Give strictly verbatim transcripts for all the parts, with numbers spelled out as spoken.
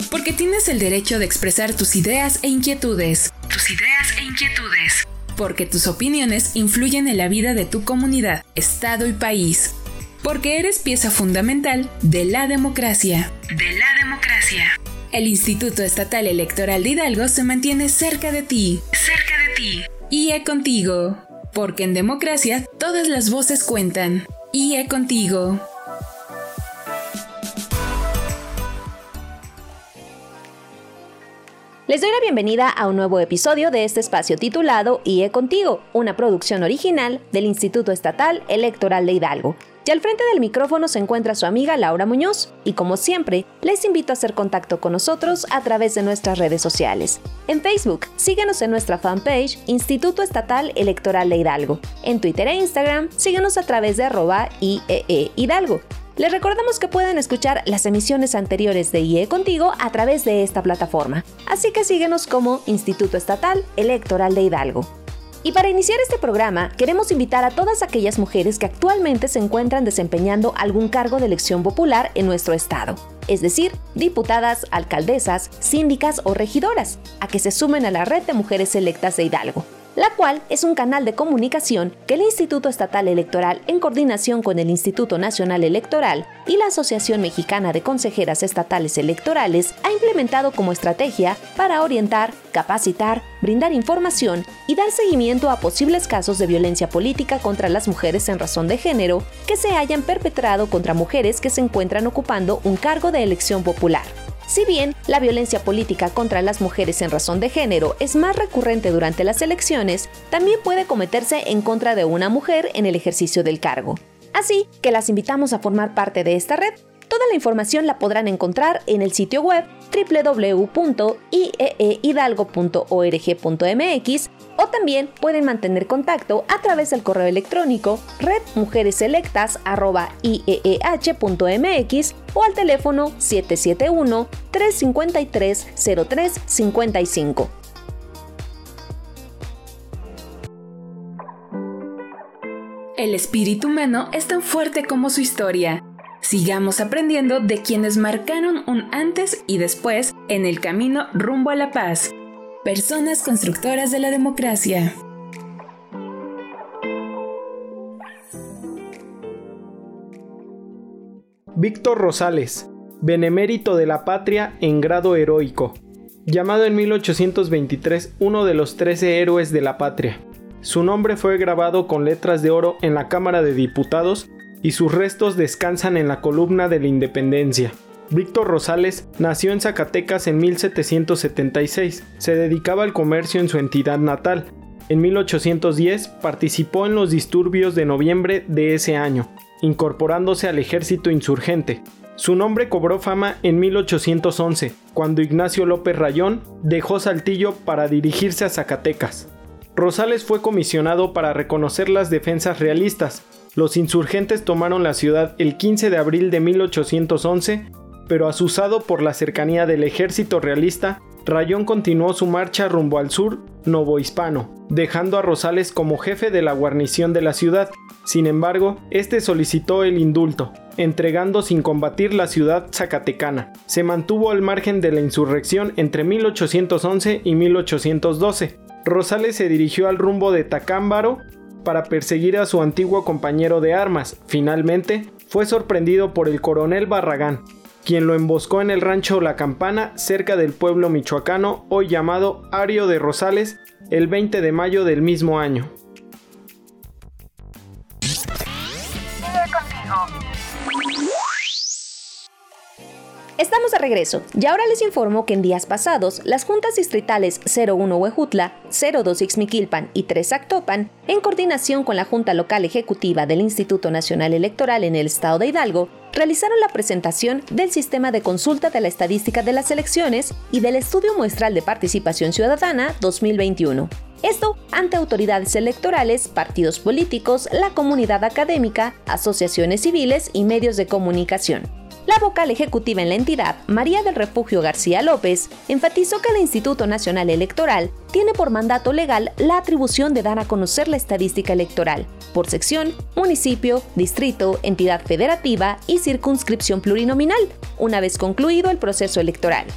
Porque tienes el derecho de expresar tus ideas e inquietudes. Tus ideas e inquietudes. Porque tus opiniones influyen en la vida de tu comunidad, estado y país. Porque eres pieza fundamental de la democracia. De la democracia. El Instituto Estatal Electoral de Hidalgo se mantiene cerca de ti. Cerca de ti. I E contigo. Porque en democracia todas las voces cuentan. I E contigo. Les doy la bienvenida a un nuevo episodio de este espacio titulado I E Contigo, una producción original del Instituto Estatal Electoral de Hidalgo. Y al frente del micrófono se encuentra su amiga Laura Muñoz, y como siempre, les invito a hacer contacto con nosotros a través de nuestras redes sociales. En Facebook, síguenos en nuestra fanpage Instituto Estatal Electoral de Hidalgo. En Twitter e Instagram, síguenos a través de arroba I E E Hidalgo. Les recordamos que pueden escuchar las emisiones anteriores de I E Contigo a través de esta plataforma, así que síguenos como Instituto Estatal Electoral de Hidalgo. Y para iniciar este programa, queremos invitar a todas aquellas mujeres que actualmente se encuentran desempeñando algún cargo de elección popular en nuestro estado, es decir, diputadas, alcaldesas, síndicas o regidoras, a que se sumen a la Red de Mujeres Electas de Hidalgo, la cual es un canal de comunicación que el Instituto Estatal Electoral, en coordinación con el Instituto Nacional Electoral y la Asociación Mexicana de Consejeras Estatales Electorales, ha implementado como estrategia para orientar, capacitar, brindar información y dar seguimiento a posibles casos de violencia política contra las mujeres en razón de género que se hayan perpetrado contra mujeres que se encuentran ocupando un cargo de elección popular. Si bien la violencia política contra las mujeres en razón de género es más recurrente durante las elecciones, también puede cometerse en contra de una mujer en el ejercicio del cargo. Así que las invitamos a formar parte de esta red. Toda la información la podrán encontrar en el sitio web doble u doble u doble u punto i e e hidalgo punto org punto m x o también pueden mantener contacto a través del correo electrónico red mujeres electas arroba i e e h punto m x o al teléfono siete siete uno, tres cinco tres, cero tres cinco cinco. El espíritu humano es tan fuerte como su historia. Sigamos aprendiendo de quienes marcaron un antes y después en el camino rumbo a la paz. Personas constructoras de la democracia. Víctor Rosales, benemérito de la patria en grado heroico, llamado en mil ochocientos veintitrés uno de los trece héroes de la patria. Su nombre fue grabado con letras de oro en la Cámara de Diputados y sus restos descansan en la columna de la Independencia. Víctor Rosales nació en Zacatecas en mil setecientos setenta y seis. Se dedicaba al comercio en su entidad natal. En mil ochocientos diez participó en los disturbios de noviembre de ese año, incorporándose al ejército insurgente. Su nombre cobró fama en mil ochocientos once, cuando Ignacio López Rayón dejó Saltillo para dirigirse a Zacatecas. Rosales fue comisionado para reconocer las defensas realistas. Los insurgentes tomaron la ciudad el quince de abril de mil ochocientos once, pero asusado por la cercanía del ejército realista, Rayón continuó su marcha rumbo al sur novohispano, dejando a Rosales como jefe de la guarnición de la ciudad. Sin embargo, este solicitó el indulto, entregando sin combatir la ciudad zacatecana. Se mantuvo al margen de la insurrección entre mil ochocientos once y mil ochocientos doce. Rosales se dirigió al rumbo de Tacámbaro para perseguir a su antiguo compañero de armas. Finalmente, fue sorprendido por el coronel Barragán, quien lo emboscó en el rancho La Campana, cerca del pueblo michoacano, hoy llamado Ario de Rosales, el veinte de mayo del mismo año. Estamos de regreso y ahora les informo que en días pasados las juntas distritales cero uno Huejutla, cero dos Ixmiquilpan y tres Actopan, en coordinación con la Junta Local Ejecutiva del Instituto Nacional Electoral en el estado de Hidalgo, realizaron la presentación del Sistema de Consulta de la Estadística de las Elecciones y del Estudio Muestral de Participación Ciudadana dos mil veintiuno. Esto ante autoridades electorales, partidos políticos, la comunidad académica, asociaciones civiles y medios de comunicación. La vocal ejecutiva en la entidad, María del Refugio García López, enfatizó que el Instituto Nacional Electoral tiene por mandato legal la atribución de dar a conocer la estadística electoral, por sección, municipio, distrito, entidad federativa y circunscripción plurinominal, una vez concluido el proceso electoral.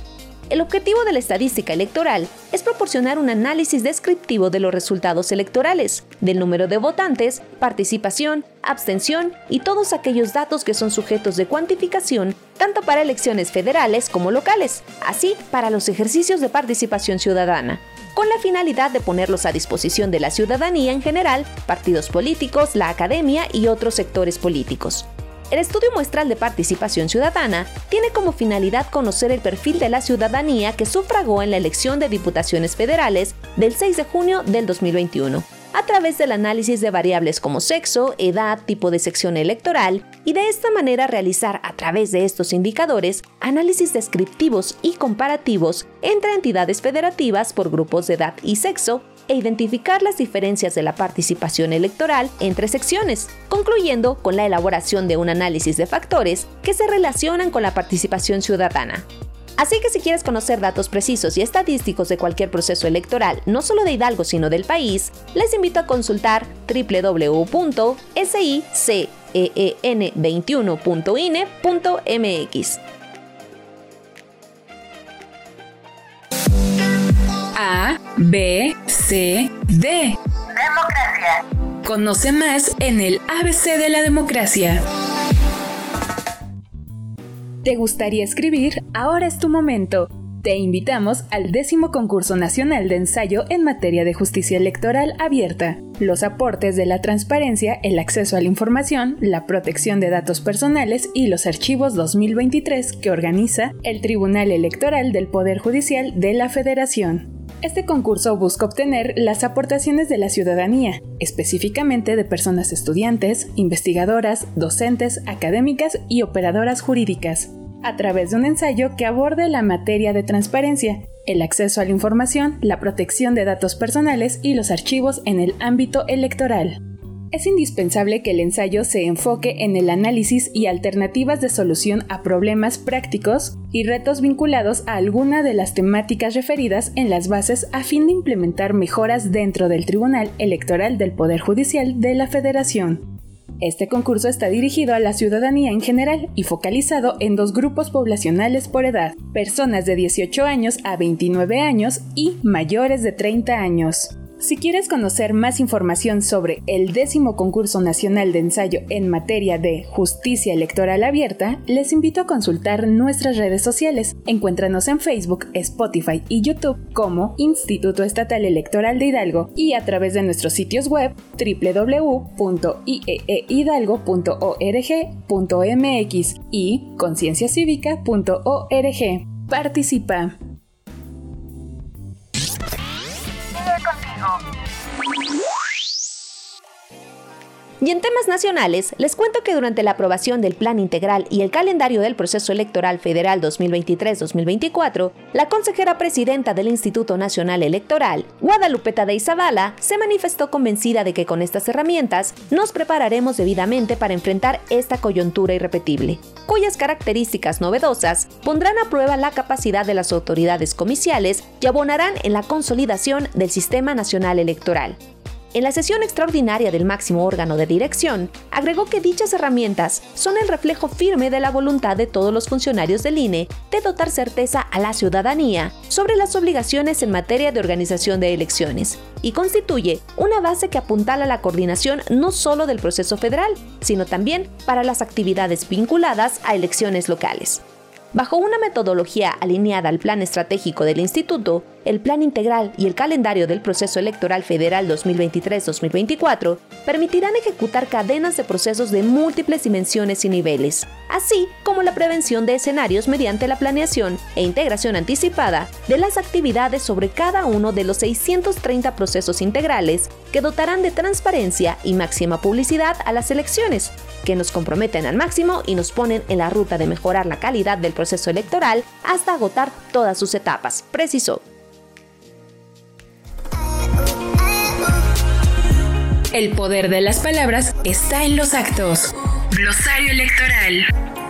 el objetivo de la estadística electoral es proporcionar un análisis descriptivo de los resultados electorales, del número de votantes, participación, abstención y todos aquellos datos que son sujetos de cuantificación tanto para elecciones federales como locales, así para los ejercicios de participación ciudadana, con la finalidad de ponerlos a disposición de la ciudadanía en general, partidos políticos, la academia y otros sectores políticos. El estudio muestral de participación ciudadana tiene como finalidad conocer el perfil de la ciudadanía que sufragó en la elección de diputaciones federales del seis de junio del dos mil veintiuno, a través del análisis de variables como sexo, edad, tipo de sección electoral, y de esta manera realizar a través de estos indicadores análisis descriptivos y comparativos entre entidades federativas por grupos de edad y sexo, e identificar las diferencias de la participación electoral entre secciones, concluyendo con la elaboración de un análisis de factores que se relacionan con la participación ciudadana. Así que si quieres conocer datos precisos y estadísticos de cualquier proceso electoral, no solo de Hidalgo sino del país, les invito a consultar doble u doble u doble u punto siceen veintiuno punto i n e punto m x. A, B, C, D. Democracia. Conoce más en el A B C de la democracia. ¿Te gustaría escribir? Ahora es tu momento. Te invitamos al décimo concurso nacional de ensayo en materia de justicia electoral abierta. Los aportes de la transparencia, el acceso a la información, la protección de datos personales y los archivos dos mil veintitrés que organiza el Tribunal Electoral del Poder Judicial de la Federación. Este concurso busca obtener las aportaciones de la ciudadanía, específicamente de personas estudiantes, investigadoras, docentes, académicas y operadoras jurídicas, a través de un ensayo que aborde la materia de transparencia, el acceso a la información, la protección de datos personales y los archivos en el ámbito electoral. Es indispensable que el ensayo se enfoque en el análisis y alternativas de solución a problemas prácticos y retos vinculados a alguna de las temáticas referidas en las bases a fin de implementar mejoras dentro del Tribunal Electoral del Poder Judicial de la Federación. Este concurso está dirigido a la ciudadanía en general y focalizado en dos grupos poblacionales por edad: personas de dieciocho años a veintinueve años y mayores de treinta años. Si quieres conocer más información sobre el décimo concurso nacional de ensayo en materia de justicia electoral abierta, les invito a consultar nuestras redes sociales. Encuéntranos en Facebook, Spotify y YouTube como Instituto Estatal Electoral de Hidalgo y a través de nuestros sitios web doble u doble u doble u punto i e e hidalgo punto org punto m x y conciencia cívica punto org. Participa. Y en temas nacionales, les cuento que durante la aprobación del Plan Integral y el calendario del Proceso Electoral Federal dos mil veintitrés a dos mil veinticuatro, la consejera presidenta del Instituto Nacional Electoral, Guadalupe Tadei Zavala, se manifestó convencida de que con estas herramientas nos prepararemos debidamente para enfrentar esta coyuntura irrepetible, cuyas características novedosas pondrán a prueba la capacidad de las autoridades comiciales y abonarán en la consolidación del Sistema Nacional Electoral. En la sesión extraordinaria del máximo órgano de dirección, agregó que dichas herramientas son el reflejo firme de la voluntad de todos los funcionarios del I N E de dotar certeza a la ciudadanía sobre las obligaciones en materia de organización de elecciones y constituye una base que apuntala la coordinación no solo del proceso federal, sino también para las actividades vinculadas a elecciones locales. Bajo una metodología alineada al plan estratégico del Instituto, el Plan Integral y el calendario del Proceso Electoral Federal dos mil veintitrés a dos mil veinticuatro permitirán ejecutar cadenas de procesos de múltiples dimensiones y niveles, así como la prevención de escenarios mediante la planeación e integración anticipada de las actividades sobre cada uno de los seiscientos treinta procesos integrales que dotarán de transparencia y máxima publicidad a las elecciones, que nos comprometen al máximo y nos ponen en la ruta de mejorar la calidad del proceso electoral hasta agotar todas sus etapas, precisó. El poder de las palabras está en los actos. Glosario electoral.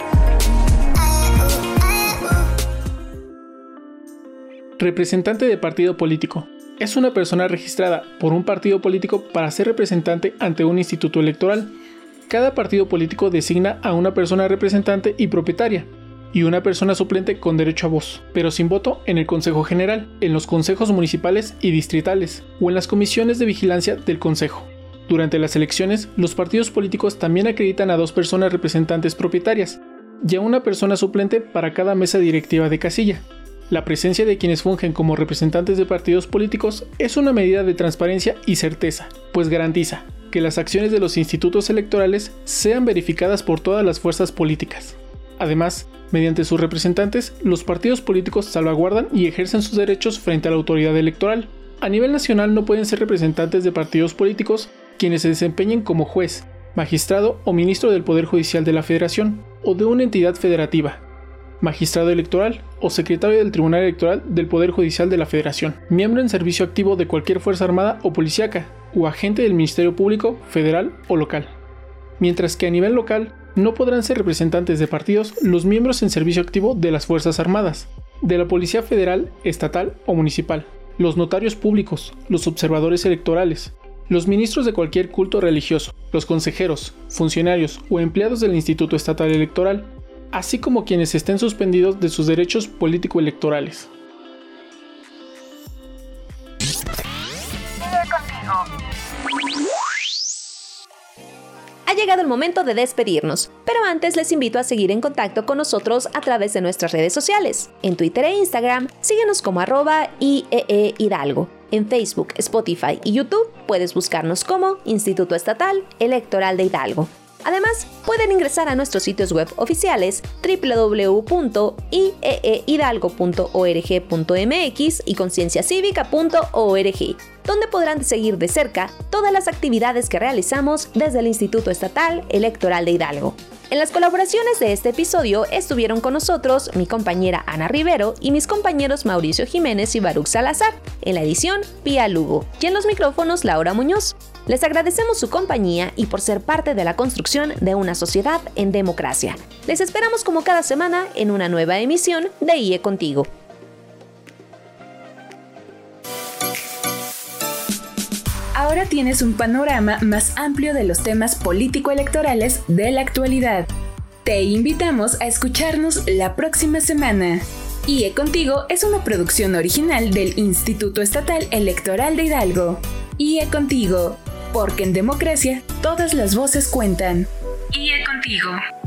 Representante de partido político. Es una persona registrada por un partido político para ser representante ante un instituto electoral. Cada partido político designa a una persona representante y propietaria. y una persona suplente con derecho a voz, pero sin voto en el Consejo General, en los consejos municipales y distritales, o en las comisiones de vigilancia del Consejo. Durante las elecciones, los partidos políticos también acreditan a dos personas representantes propietarias, y a una persona suplente para cada mesa directiva de casilla. La presencia de quienes fungen como representantes de partidos políticos es una medida de transparencia y certeza, pues garantiza que las acciones de los institutos electorales sean verificadas por todas las fuerzas políticas. Además, mediante sus representantes, los partidos políticos salvaguardan y ejercen sus derechos frente a la autoridad electoral. A nivel nacional no pueden ser representantes de partidos políticos quienes se desempeñen como juez, magistrado o ministro del Poder Judicial de la Federación o de una entidad federativa, magistrado electoral o secretario del Tribunal Electoral del Poder Judicial de la Federación, miembro en servicio activo de cualquier fuerza armada o policíaca, o agente del Ministerio Público, federal o local. Mientras que a nivel local no podrán ser representantes de partidos los miembros en servicio activo de las Fuerzas Armadas, de la Policía Federal, Estatal o Municipal, los notarios públicos, los observadores electorales, los ministros de cualquier culto religioso, los consejeros, funcionarios o empleados del Instituto Estatal Electoral, así como quienes estén suspendidos de sus derechos político-electorales. Ha llegado el momento de despedirnos, pero antes les invito a seguir en contacto con nosotros a través de nuestras redes sociales. En Twitter e Instagram, síguenos como arroba I E E Hidalgo. En Facebook, Spotify y YouTube puedes buscarnos como Instituto Estatal Electoral de Hidalgo. Además, pueden ingresar a nuestros sitios web oficiales doble u doble u doble u punto i e e hidalgo punto org punto m x y conciencia cívica punto org, donde podrán seguir de cerca todas las actividades que realizamos desde el Instituto Estatal Electoral de Hidalgo. En las colaboraciones de este episodio estuvieron con nosotros mi compañera Ana Rivero y mis compañeros Mauricio Jiménez y Baruch Salazar, en la edición Pía Lugo, y en los micrófonos Laura Muñoz. Les agradecemos su compañía y por ser parte de la construcción de una sociedad en democracia. Les esperamos como cada semana en una nueva emisión de I E Contigo. Ahora tienes un panorama más amplio de los temas político-electorales de la actualidad. Te invitamos a escucharnos la próxima semana. I E Contigo es una producción original del Instituto Estatal Electoral de Hidalgo. I E Contigo, porque en democracia todas las voces cuentan. I E Contigo.